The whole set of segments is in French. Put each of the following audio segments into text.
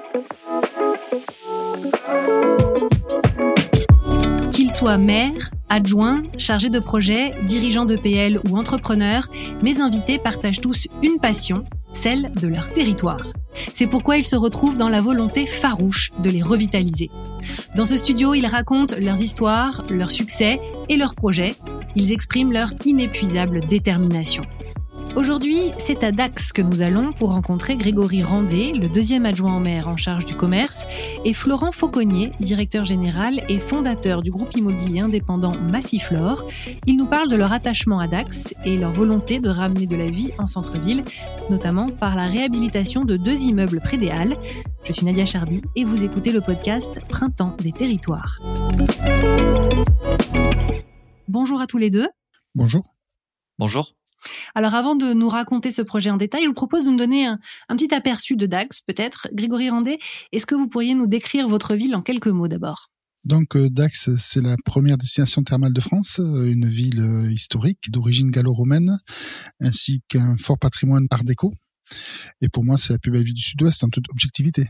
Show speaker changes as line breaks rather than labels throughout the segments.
Qu'ils soient maires, adjoints, chargés de projet, dirigeants d'EPL ou entrepreneurs, mes invités partagent tous une passion, celle de leur territoire. C'est pourquoi ils se retrouvent dans la volonté farouche de les revitaliser. Dans ce studio, ils racontent leurs histoires, leurs succès et leurs projets. Ils expriment leur inépuisable détermination. Aujourd'hui, c'est à Dax que nous allons pour rencontrer Grégory Randé, le deuxième adjoint au maire en charge du commerce, et Florent Fauconnier, directeur général et fondateur du groupe immobilier indépendant Massiflore. Ils nous parlent de leur attachement à Dax et leur volonté de ramener de la vie en centre-ville, notamment par la réhabilitation de 2 immeubles près des Halles. Je suis Nadia Charby et vous écoutez le podcast Printemps des territoires. Bonjour à tous les deux.
Bonjour.
Bonjour.
Alors avant de nous raconter ce projet en détail, je vous propose de nous donner un petit aperçu de Dax, peut-être. Grégory Randé, est-ce que vous pourriez nous décrire votre ville en quelques mots d'abord ?
Donc Dax, c'est la première destination thermale de France, une ville historique d'origine gallo-romaine, ainsi qu'un fort patrimoine art déco. Et pour moi, c'est la plus belle ville du Sud-Ouest en toute objectivité.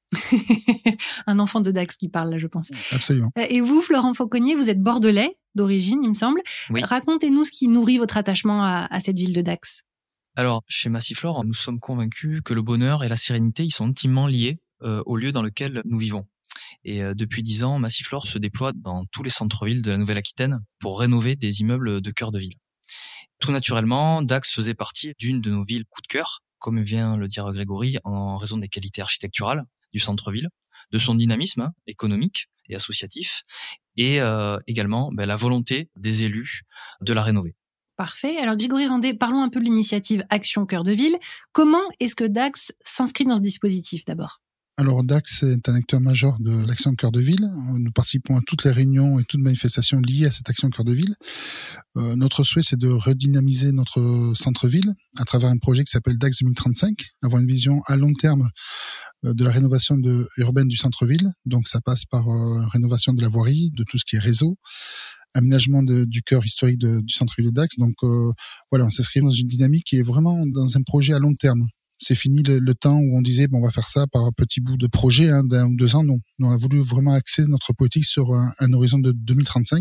Un enfant de Dax qui parle là, je pense.
Absolument.
Et vous, Florent Fauconnier, vous êtes bordelais d'origine, il me semble.
Oui.
Racontez-nous ce qui nourrit votre attachement à cette ville de Dax.
Alors, chez Massiflore, nous sommes convaincus que le bonheur et la sérénité, ils sont intimement liés au lieu dans lequel nous vivons. Et depuis 10 ans, Massiflore se déploie dans tous les centres-villes de la Nouvelle-Aquitaine pour rénover des immeubles de cœur de ville. Tout naturellement, Dax faisait partie d'une de nos villes coup de cœur, comme vient le dire Grégory, en raison des qualités architecturales du centre-ville, de son dynamisme économique et associatif, et également la volonté des élus de la rénover.
Parfait. Alors Grégory Randé, parlons un peu de l'initiative Action Cœur de Ville. Comment est-ce que Dax s'inscrit dans ce dispositif d'abord ?
Alors Dax est un acteur majeur de l'Action Cœur de Ville. Nous participons à toutes les réunions et toutes manifestations liées à cette Action Cœur de Ville. Notre souhait, c'est de redynamiser notre centre-ville à travers un projet qui s'appelle Dax 2035, avoir une vision à long terme de la rénovation urbaine du centre-ville. Donc ça passe par rénovation de la voirie, de tout ce qui est réseau, aménagement du cœur historique du centre-ville de Dax. Donc voilà, on s'inscrit dans une dynamique qui est vraiment dans un projet à long terme. C'est fini le temps où on disait on va faire ça par un petit bout de projet d'1 ou 2 ans. Non, on a voulu vraiment axer notre politique sur un horizon de 2035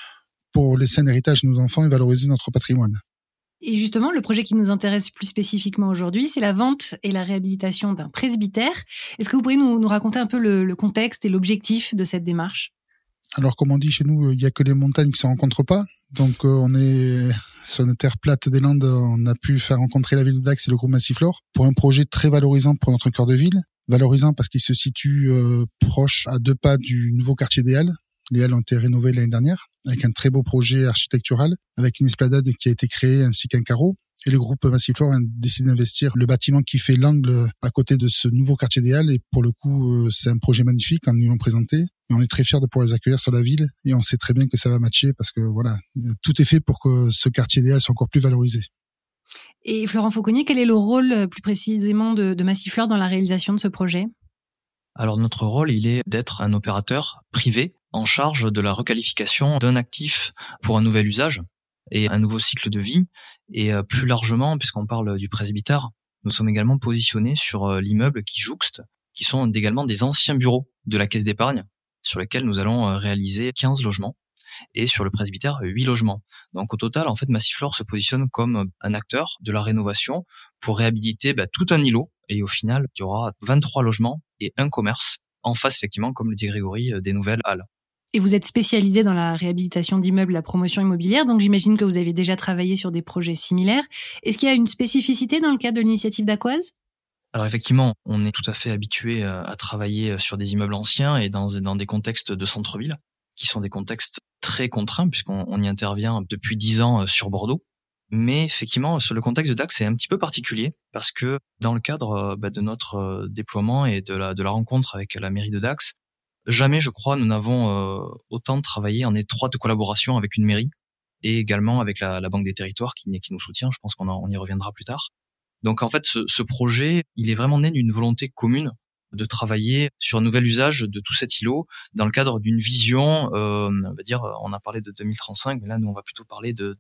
pour laisser un héritage à nos enfants et valoriser notre patrimoine.
Et justement, le projet qui nous intéresse plus spécifiquement aujourd'hui, c'est la vente et la réhabilitation d'un presbytère. Est-ce que vous pourriez nous raconter un peu le contexte et l'objectif de cette démarche ?
Alors, comme on dit chez nous, il n'y a que les montagnes qui se rencontrent pas. Donc, on est sur une terre plate des Landes. On a pu faire rencontrer la ville de Dax et le groupe Massiflore pour un projet très valorisant pour notre cœur de ville. Valorisant parce qu'il se situe proche à 2 pas du nouveau quartier des Halles. Les Halles ont été rénovées l'année dernière avec un très beau projet architectural, avec une esplanade qui a été créée ainsi qu'un carreau. Et le groupe Massiflore a décidé d'investir le bâtiment qui fait l'angle à côté de ce nouveau quartier des Halles. Et pour le coup, c'est un projet magnifique quand nous l'ont présenté. Et on est très fiers de pouvoir les accueillir sur la ville. Et on sait très bien que ça va matcher parce que voilà, tout est fait pour que ce quartier des Halles soit encore plus valorisé.
Et Florent Fauconnier, quel est le rôle plus précisément de Massiflore dans la réalisation de ce projet ?
Alors notre rôle, il est d'être un opérateur privé en charge de la requalification d'un actif pour un nouvel usage et un nouveau cycle de vie. Et plus largement, puisqu'on parle du presbytère, nous sommes également positionnés sur l'immeuble qui jouxte, qui sont également des anciens bureaux de la Caisse d'épargne, sur lesquels nous allons réaliser 15 logements, et sur le presbytère 8 logements. Donc au total, en fait, Massiflore se positionne comme un acteur de la rénovation pour réhabiliter tout un îlot, et au final, il y aura 23 logements et un commerce, en face effectivement, comme le dit Grégory, des nouvelles halles.
Et vous êtes spécialisé dans la réhabilitation d'immeubles, la promotion immobilière, donc j'imagine que vous avez déjà travaillé sur des projets similaires. Est-ce qu'il y a une spécificité dans le cadre de l'initiative Dacoise ?
Alors effectivement, on est tout à fait habitué à travailler sur des immeubles anciens et dans des contextes de centre-ville, qui sont des contextes très contraints, puisqu'on y intervient depuis 10 ans sur Bordeaux. Mais effectivement, sur le contexte de Dax, c'est un petit peu particulier, parce que dans le cadre de notre déploiement et de la rencontre avec la mairie de Dax, jamais, je crois, nous n'avons autant travaillé en étroite collaboration avec une mairie et également avec la Banque des Territoires qui nous soutient. Je pense qu'on y reviendra plus tard. Donc en fait, ce projet, il est vraiment né d'une volonté commune de travailler sur un nouvel usage de tout cet îlot dans le cadre d'une vision, on a parlé de 2035, mais là, nous, on va plutôt parler de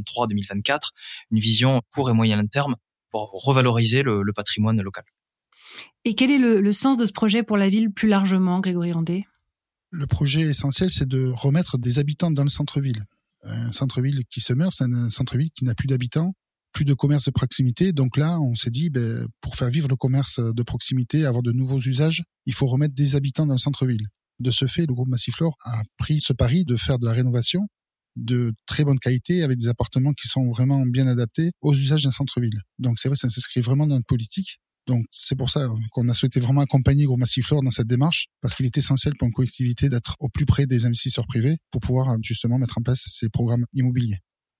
2023-2024, une vision court et moyen terme pour revaloriser le patrimoine local.
Et quel est le sens de ce projet pour la ville plus largement, Grégory Randé ?
Le projet essentiel, c'est de remettre des habitants dans le centre-ville. Un centre-ville qui se meurt, c'est un centre-ville qui n'a plus d'habitants, plus de commerce de proximité. Donc là, on s'est dit, pour faire vivre le commerce de proximité, avoir de nouveaux usages, il faut remettre des habitants dans le centre-ville. De ce fait, le groupe Massiflore a pris ce pari de faire de la rénovation de très bonne qualité avec des appartements qui sont vraiment bien adaptés aux usages d'un centre-ville. Donc c'est vrai, ça s'inscrit vraiment dans notre politique. Donc c'est pour ça qu'on a souhaité vraiment accompagner le groupe Massiflore dans cette démarche, parce qu'il est essentiel pour une collectivité d'être au plus près des investisseurs privés pour pouvoir justement mettre en place ces programmes immobiliers.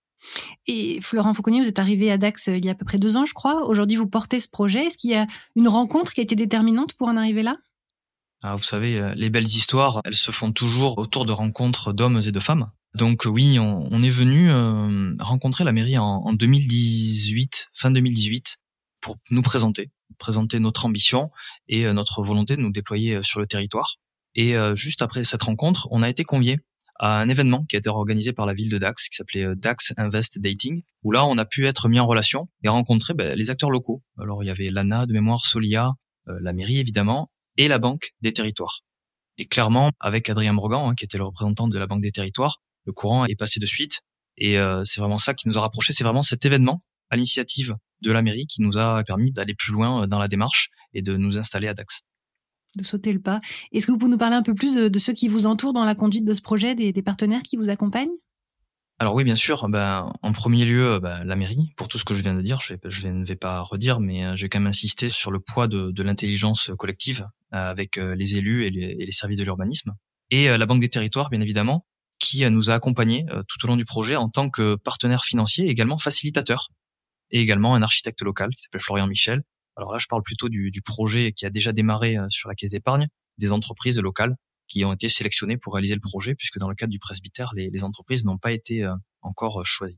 Et Florent Fauconnier, vous êtes arrivé à Dax il y a à peu près 2 ans, je crois. Aujourd'hui, vous portez ce projet. Est-ce qu'il y a une rencontre qui a été déterminante pour en arriver là ?
Alors, vous savez, les belles histoires, elles se font toujours autour de rencontres d'hommes et de femmes. Donc oui, on est venu rencontrer la mairie en 2018, fin 2018, pour nous présenter notre ambition et notre volonté de nous déployer sur le territoire. Et juste après cette rencontre, on a été conviés à un événement qui a été organisé par la ville de Dax, qui s'appelait Dax Invest Dating, où là, on a pu être mis en relation et rencontrer les acteurs locaux. Alors, il y avait l'ANA de mémoire, Solia, la mairie évidemment, et la Banque des Territoires. Et clairement, avec Adrien Brogan, qui était le représentant de la Banque des Territoires, le courant est passé de suite. Et c'est vraiment ça qui nous a rapprochés. C'est vraiment cet événement, à l'initiative de la mairie, qui nous a permis d'aller plus loin dans la démarche et de nous installer à Dax.
De sauter le pas. Est-ce que vous pouvez nous parler un peu plus de ceux qui vous entourent dans la conduite de ce projet, des partenaires qui vous accompagnent ?
Alors oui, bien sûr. En premier lieu, la mairie, pour tout ce que je viens de dire. Je ne vais pas redire, mais j'ai quand même insisté sur le poids de l'intelligence collective avec les élus et les services de l'urbanisme. Et la Banque des Territoires, bien évidemment, qui nous a accompagnés tout au long du projet en tant que partenaire financier, également facilitateur, et également un architecte local qui s'appelle Florian Michel. Alors là, je parle plutôt du projet qui a déjà démarré sur la Caisse d'épargne, des entreprises locales qui ont été sélectionnées pour réaliser le projet, puisque dans le cadre du presbytère, les entreprises n'ont pas été encore choisies.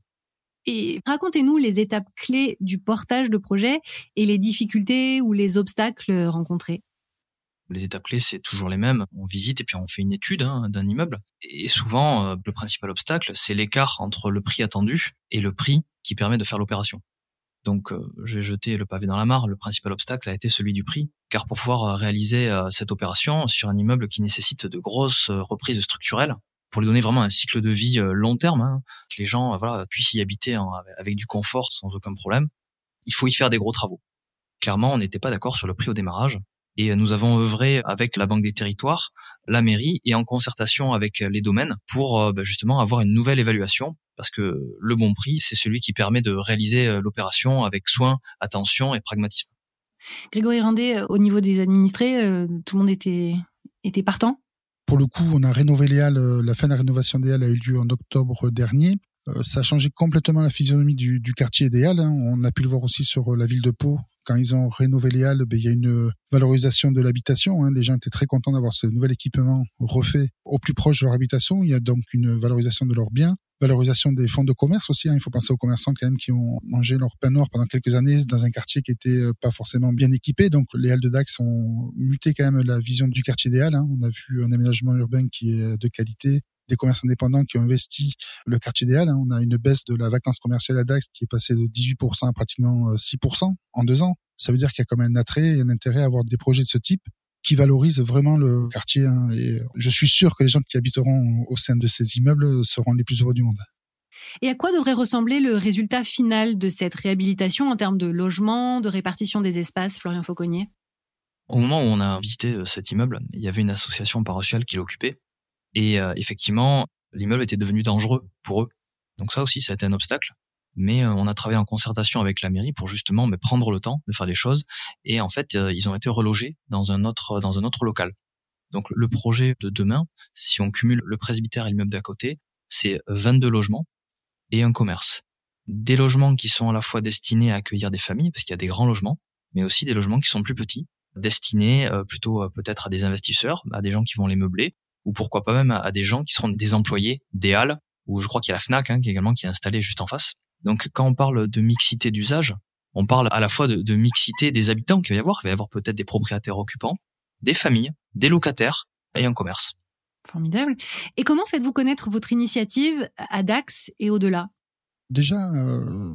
Et racontez-nous les étapes clés du portage de projet et les difficultés ou les obstacles rencontrés.
Les étapes clés, c'est toujours les mêmes. On visite et puis on fait une étude d'un immeuble. Et souvent, le principal obstacle, c'est l'écart entre le prix attendu et le prix qui permet de faire l'opération. Donc, je vais jeter le pavé dans la mare. Le principal obstacle a été celui du prix, car pour pouvoir réaliser cette opération sur un immeuble qui nécessite de grosses reprises structurelles, pour lui donner vraiment un cycle de vie long terme, que les gens puissent y habiter avec du confort sans aucun problème, il faut y faire des gros travaux. Clairement, on n'était pas d'accord sur le prix au démarrage. Et nous avons œuvré avec la Banque des Territoires, la mairie et en concertation avec les domaines pour justement avoir une nouvelle évaluation, parce que le bon prix, c'est celui qui permet de réaliser l'opération avec soin, attention et pragmatisme.
Grégory Randé, au niveau des administrés, tout le monde était partant ?
Pour le coup, on a rénové les halles. La fin de la rénovation des halles a eu lieu en octobre dernier. Ça a changé complètement la physionomie du quartier des halles. On a pu le voir aussi sur la ville de Pau. Quand ils ont rénové les halles, il y a une valorisation de l'habitation. Les gens étaient très contents d'avoir ce nouvel équipement refait au plus proche de leur habitation. Il y a donc une valorisation de leurs biens, valorisation des fonds de commerce aussi. Il faut penser aux commerçants quand même qui ont mangé leur pain noir pendant quelques années dans un quartier qui était pas forcément bien équipé. Donc les halles de Dax ont muté quand même la vision du quartier des halles. On a vu un aménagement urbain qui est de qualité, des commerces indépendants qui ont investi le quartier des Halles. On a une baisse de la vacance commerciale à Dax qui est passée de 18% à pratiquement 6% en 2 ans. Ça veut dire qu'il y a quand même un attrait et un intérêt à avoir des projets de ce type qui valorisent vraiment le quartier. Et je suis sûr que les gens qui habiteront au sein de ces immeubles seront les plus heureux du monde.
Et à quoi devrait ressembler le résultat final de cette réhabilitation en termes de logement, de répartition des espaces, Florian Fauconnier ?
Au moment où on a visité cet immeuble, il y avait une association paroissiale qui l'occupait. Et effectivement, l'immeuble était devenu dangereux pour eux. Donc ça aussi, ça a été un obstacle. Mais on a travaillé en concertation avec la mairie pour justement prendre le temps de faire les choses. Et en fait, ils ont été relogés dans un autre local. Donc le projet de demain, si on cumule le presbytère et l'immeuble d'à côté, c'est 22 logements et un commerce. Des logements qui sont à la fois destinés à accueillir des familles, parce qu'il y a des grands logements, mais aussi des logements qui sont plus petits, destinés plutôt peut-être à des investisseurs, à des gens qui vont les meubler, ou pourquoi pas même à des gens qui seront des employés des halles, où je crois qu'il y a la Fnac qui est installée juste en face. Donc quand on parle de mixité d'usage, on parle à la fois de mixité des habitants qu'il va y avoir. Il va y avoir peut-être des propriétaires occupants, des familles, des locataires et un commerce.
Formidable. Et comment faites-vous connaître votre initiative à Dax et au-delà ?
Déjà,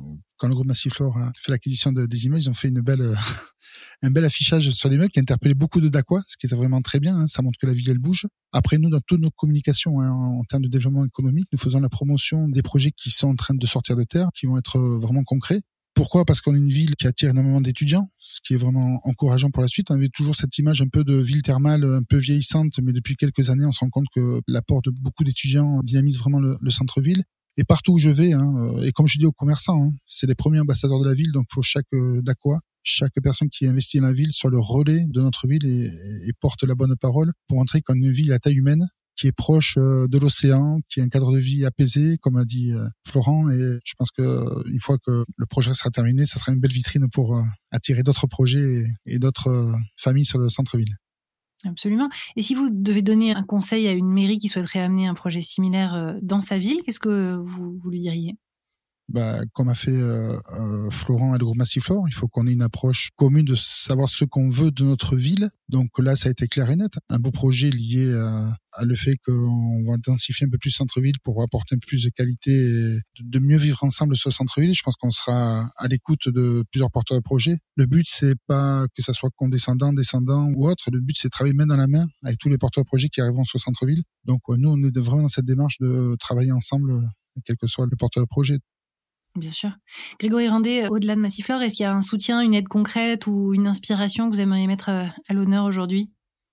quand le groupe Massiflore a fait l'acquisition des immeubles, ils ont fait un bel affichage sur l'immeuble qui a interpellé beaucoup de Dacois, ce qui était vraiment très bien. Ça montre que la ville, elle bouge. Après, nous, dans toutes nos communications, en termes de développement économique, nous faisons la promotion des projets qui sont en train de sortir de terre, qui vont être vraiment concrets. Pourquoi ? Parce qu'on est une ville qui attire énormément d'étudiants, ce qui est vraiment encourageant pour la suite. On avait toujours cette image un peu de ville thermale, un peu vieillissante, mais depuis quelques années, on se rend compte que l'apport de beaucoup d'étudiants dynamise vraiment le centre-ville. Et partout où je vais, et comme je dis aux commerçants, c'est les premiers ambassadeurs de la ville, donc faut chaque Dacois, chaque personne qui investit dans la ville soit le relais de notre ville et porte la bonne parole pour montrer qu'on est une ville à taille humaine, qui est proche de l'océan, qui a un cadre de vie apaisé, comme a dit Florent. Et je pense que une fois que le projet sera terminé, ça sera une belle vitrine pour attirer d'autres projets et d'autres familles sur le centre-ville.
Absolument. Et si vous devez donner un conseil à une mairie qui souhaiterait amener un projet similaire dans sa ville, qu'est-ce que vous lui diriez ?
Comme a fait Florent et le groupe Massiflore, il faut qu'on ait une approche commune de savoir ce qu'on veut de notre ville. Donc là, ça a été clair et net. Un beau projet lié à le fait qu'on va intensifier un peu plus le centre-ville pour apporter un peu plus de qualité et de mieux vivre ensemble sur le centre-ville. Je pense qu'on sera à l'écoute de plusieurs porteurs de projets. Le but, c'est pas que ça soit condescendant, descendant ou autre. Le but, c'est de travailler main dans la main avec tous les porteurs de projets qui arriveront sur le centre-ville. Donc nous, on est vraiment dans cette démarche de travailler ensemble, quel que soit le porteur de projet.
Bien sûr. Grégory Randet, au-delà de Massiflore, est-ce qu'il y a un soutien, une aide concrète ou une inspiration que vous aimeriez mettre à l'honneur aujourd'hui ?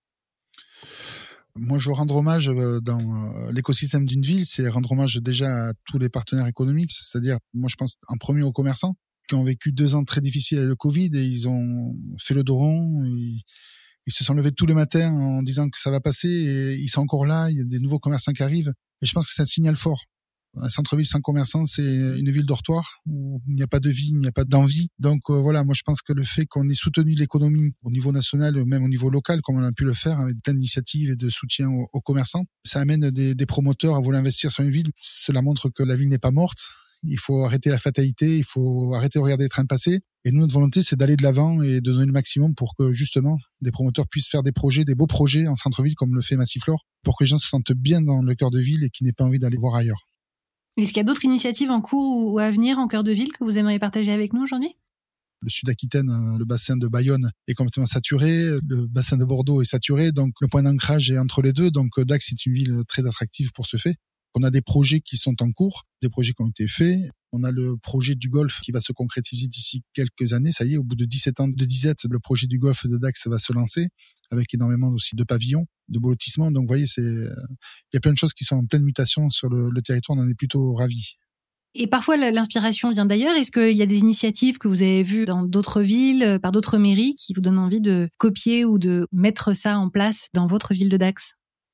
Moi, je veux rendre hommage dans l'écosystème d'une ville, c'est rendre hommage déjà à tous les partenaires économiques, c'est-à-dire, moi, je pense en premier aux commerçants qui ont vécu 2 ans très difficiles avec le Covid et ils ont fait le dos rond, ils se sont levés tous les matins en disant que ça va passer et ils sont encore là, il y a des nouveaux commerçants qui arrivent et je pense que c'est un signal fort. Un centre-ville sans commerçants, c'est une ville dortoir où il n'y a pas de vie, il n'y a pas d'envie. Donc voilà, moi je pense que le fait qu'on ait soutenu l'économie au niveau national, même au niveau local, comme on a pu le faire avec plein d'initiatives et de soutien aux commerçants, ça amène des promoteurs à vouloir investir sur une ville. Cela montre que la ville n'est pas morte. Il faut arrêter la fatalité, il faut arrêter de regarder les trains passer. Et nous, notre volonté, c'est d'aller de l'avant et de donner le maximum pour que justement des promoteurs puissent faire des projets, des beaux projets en centre-ville comme le fait Massiflore, pour que les gens se sentent bien dans le cœur de ville et qu'ils n'aient pas envie d'aller voir ailleurs.
Est-ce qu'il y a d'autres initiatives en cours ou à venir en cœur de ville que vous aimeriez partager avec nous aujourd'hui ?
Le Sud-Aquitaine, le bassin de Bayonne est complètement saturé, le bassin de Bordeaux est saturé, donc le point d'ancrage est entre les deux. Donc Dax est une ville très attractive pour ce fait. On a des projets qui sont en cours, des projets qui ont été faits. On a le projet du golf qui va se concrétiser d'ici quelques années. Ça y est, au bout de 17 ans de disette, le projet du golf de Dax va se lancer avec énormément aussi de pavillons, de beaux lotissements. Donc, vous voyez, il y a plein de choses qui sont en pleine mutation sur le territoire. On en est plutôt ravis.
Et parfois, l'inspiration vient d'ailleurs. Est-ce qu'il y a des initiatives que vous avez vues dans d'autres villes, par d'autres mairies, qui vous donnent envie de copier ou de mettre ça en place dans votre ville de Dax ?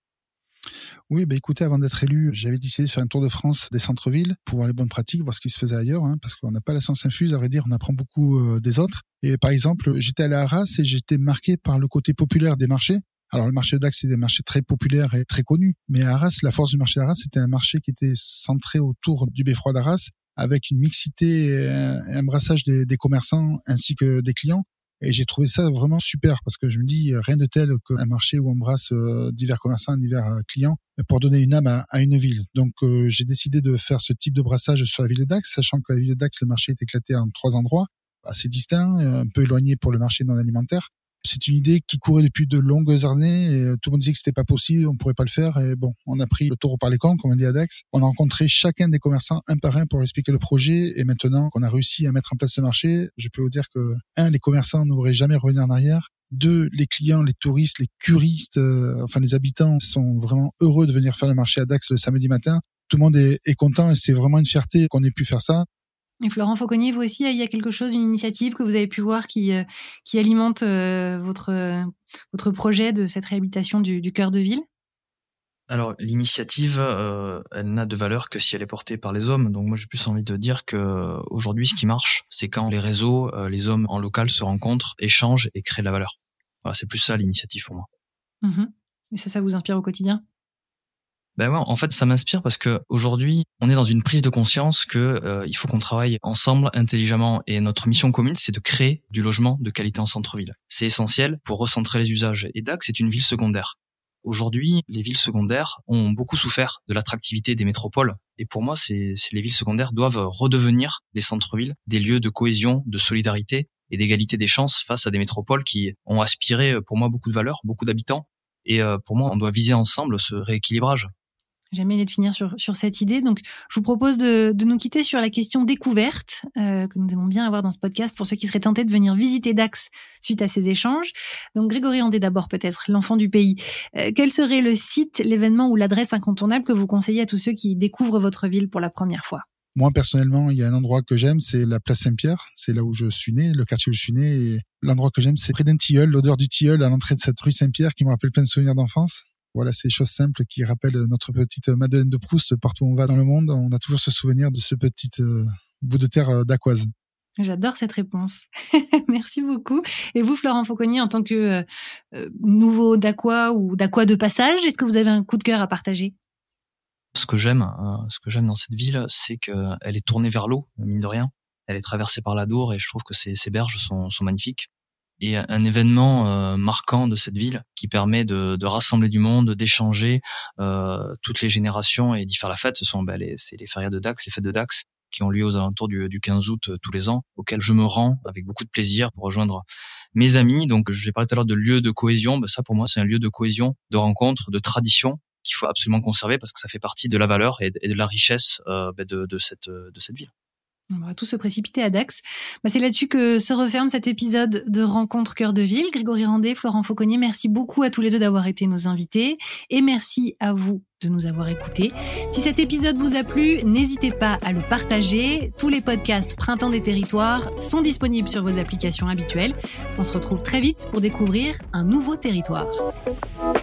Oui, écoutez, avant d'être élu, j'avais décidé de faire un tour de France des centres-villes pour voir les bonnes pratiques, voir ce qui se faisait ailleurs, parce qu'on n'a pas la science infuse, à vrai dire, on apprend beaucoup des autres. Et par exemple, j'étais allé à Arras et j'étais marqué par le côté populaire des marchés. Alors le marché de Dax, c'est des marchés très populaires et très connus, mais à Arras, la force du marché d'Arras, c'était un marché qui était centré autour du beffroi d'Arras, avec une mixité et un brassage des commerçants ainsi que des clients. Et j'ai trouvé ça vraiment super parce que je me dis rien de tel qu'un marché où on brasse divers commerçants, divers clients pour donner une âme à une ville. Donc j'ai décidé de faire ce type de brassage sur la ville de Dax, sachant que la ville de Dax, le marché est éclaté en 3 endroits assez distincts, un peu éloignés pour le marché non alimentaire. C'est une idée qui courait depuis de longues années et tout le monde disait que c'était pas possible, on pourrait pas le faire et bon, on a pris le taureau par les cornes, comme on dit à Dax. On a rencontré chacun des commerçants un par un pour expliquer le projet et maintenant qu'on a réussi à mettre en place ce marché, je peux vous dire que 1, les commerçants n'auraient jamais revenu en arrière. 2, les clients, les touristes, les curistes, les habitants sont vraiment heureux de venir faire le marché à Dax le samedi matin. Tout le monde est content et c'est vraiment une fierté qu'on ait pu faire ça.
Et Florent Fauconnier, vous aussi, il y a quelque chose, une initiative que vous avez pu voir qui alimente votre projet de cette réhabilitation du cœur de ville ?
Alors, l'initiative, elle n'a de valeur que si elle est portée par les hommes. Donc moi, j'ai plus envie de dire que aujourd'hui, ce qui marche, c'est quand les réseaux, les hommes en local se rencontrent, échangent et créent de la valeur. Voilà, c'est plus ça l'initiative pour moi.
Mmh. Et ça vous inspire au quotidien ?
Ben ouais, en fait, ça m'inspire parce que aujourd'hui, on est dans une prise de conscience que il faut qu'on travaille ensemble, intelligemment, et notre mission commune, c'est de créer du logement de qualité en centre-ville. C'est essentiel pour recentrer les usages. Et Dax est une ville secondaire. Aujourd'hui, les villes secondaires ont beaucoup souffert de l'attractivité des métropoles. Et pour moi, les villes secondaires doivent redevenir les centres-villes, des lieux de cohésion, de solidarité et d'égalité des chances face à des métropoles qui ont aspiré, pour moi, beaucoup de valeurs, beaucoup d'habitants. Et pour moi, on doit viser ensemble ce rééquilibrage.
J'aime bien de finir sur cette idée. Donc, je vous propose de nous quitter sur la question découverte que nous aimons bien avoir dans ce podcast pour ceux qui seraient tentés de venir visiter Dax suite à ces échanges. Donc, Grégory Randé d'abord peut-être, l'enfant du pays. Quel serait le site, l'événement ou l'adresse incontournable que vous conseillez à tous ceux qui découvrent votre ville pour la première fois ?
Moi, personnellement, il y a un endroit que j'aime, c'est la place Saint-Pierre. C'est là où je suis né, le quartier où je suis né. Et l'endroit que j'aime, c'est près d'un tilleul, l'odeur du tilleul à l'entrée de cette rue Saint-Pierre qui me rappelle plein de souvenirs d'enfance. Voilà, ces choses simples qui rappellent notre petite Madeleine de Proust. Partout où on va dans le monde, on a toujours ce souvenir de ce petit bout de terre dacquoise.
J'adore cette réponse. Merci beaucoup. Et vous, Florent Fauconnier, en tant que nouveau Dacquois ou Dacquois de passage, est-ce que vous avez un coup de cœur à partager ?
Ce que j'aime dans cette ville, c'est qu'elle est tournée vers l'eau, mine de rien. Elle est traversée par l'Adour et je trouve que ces berges sont magnifiques. Et un événement marquant de cette ville qui permet de rassembler du monde, d'échanger toutes les générations et d'y faire la fête. C'est les férias de Dax, les fêtes de Dax, qui ont lieu aux alentours du 15 août tous les ans, auxquelles je me rends avec beaucoup de plaisir pour rejoindre mes amis. Donc, j'ai parlé tout à l'heure de lieu de cohésion. Ça, pour moi, c'est un lieu de cohésion, de rencontre, de tradition qu'il faut absolument conserver parce que ça fait partie de la valeur et de la richesse de cette ville.
On va tous se précipiter à Dax. C'est là-dessus que se referme cet épisode de Rencontre Cœur de Ville. Grégory Randé, Florent Fauconnier, merci beaucoup à tous les deux d'avoir été nos invités et merci à vous de nous avoir écoutés. Si cet épisode vous a plu, n'hésitez pas à le partager. Tous les podcasts Printemps des Territoires sont disponibles sur vos applications habituelles. On se retrouve très vite pour découvrir un nouveau territoire.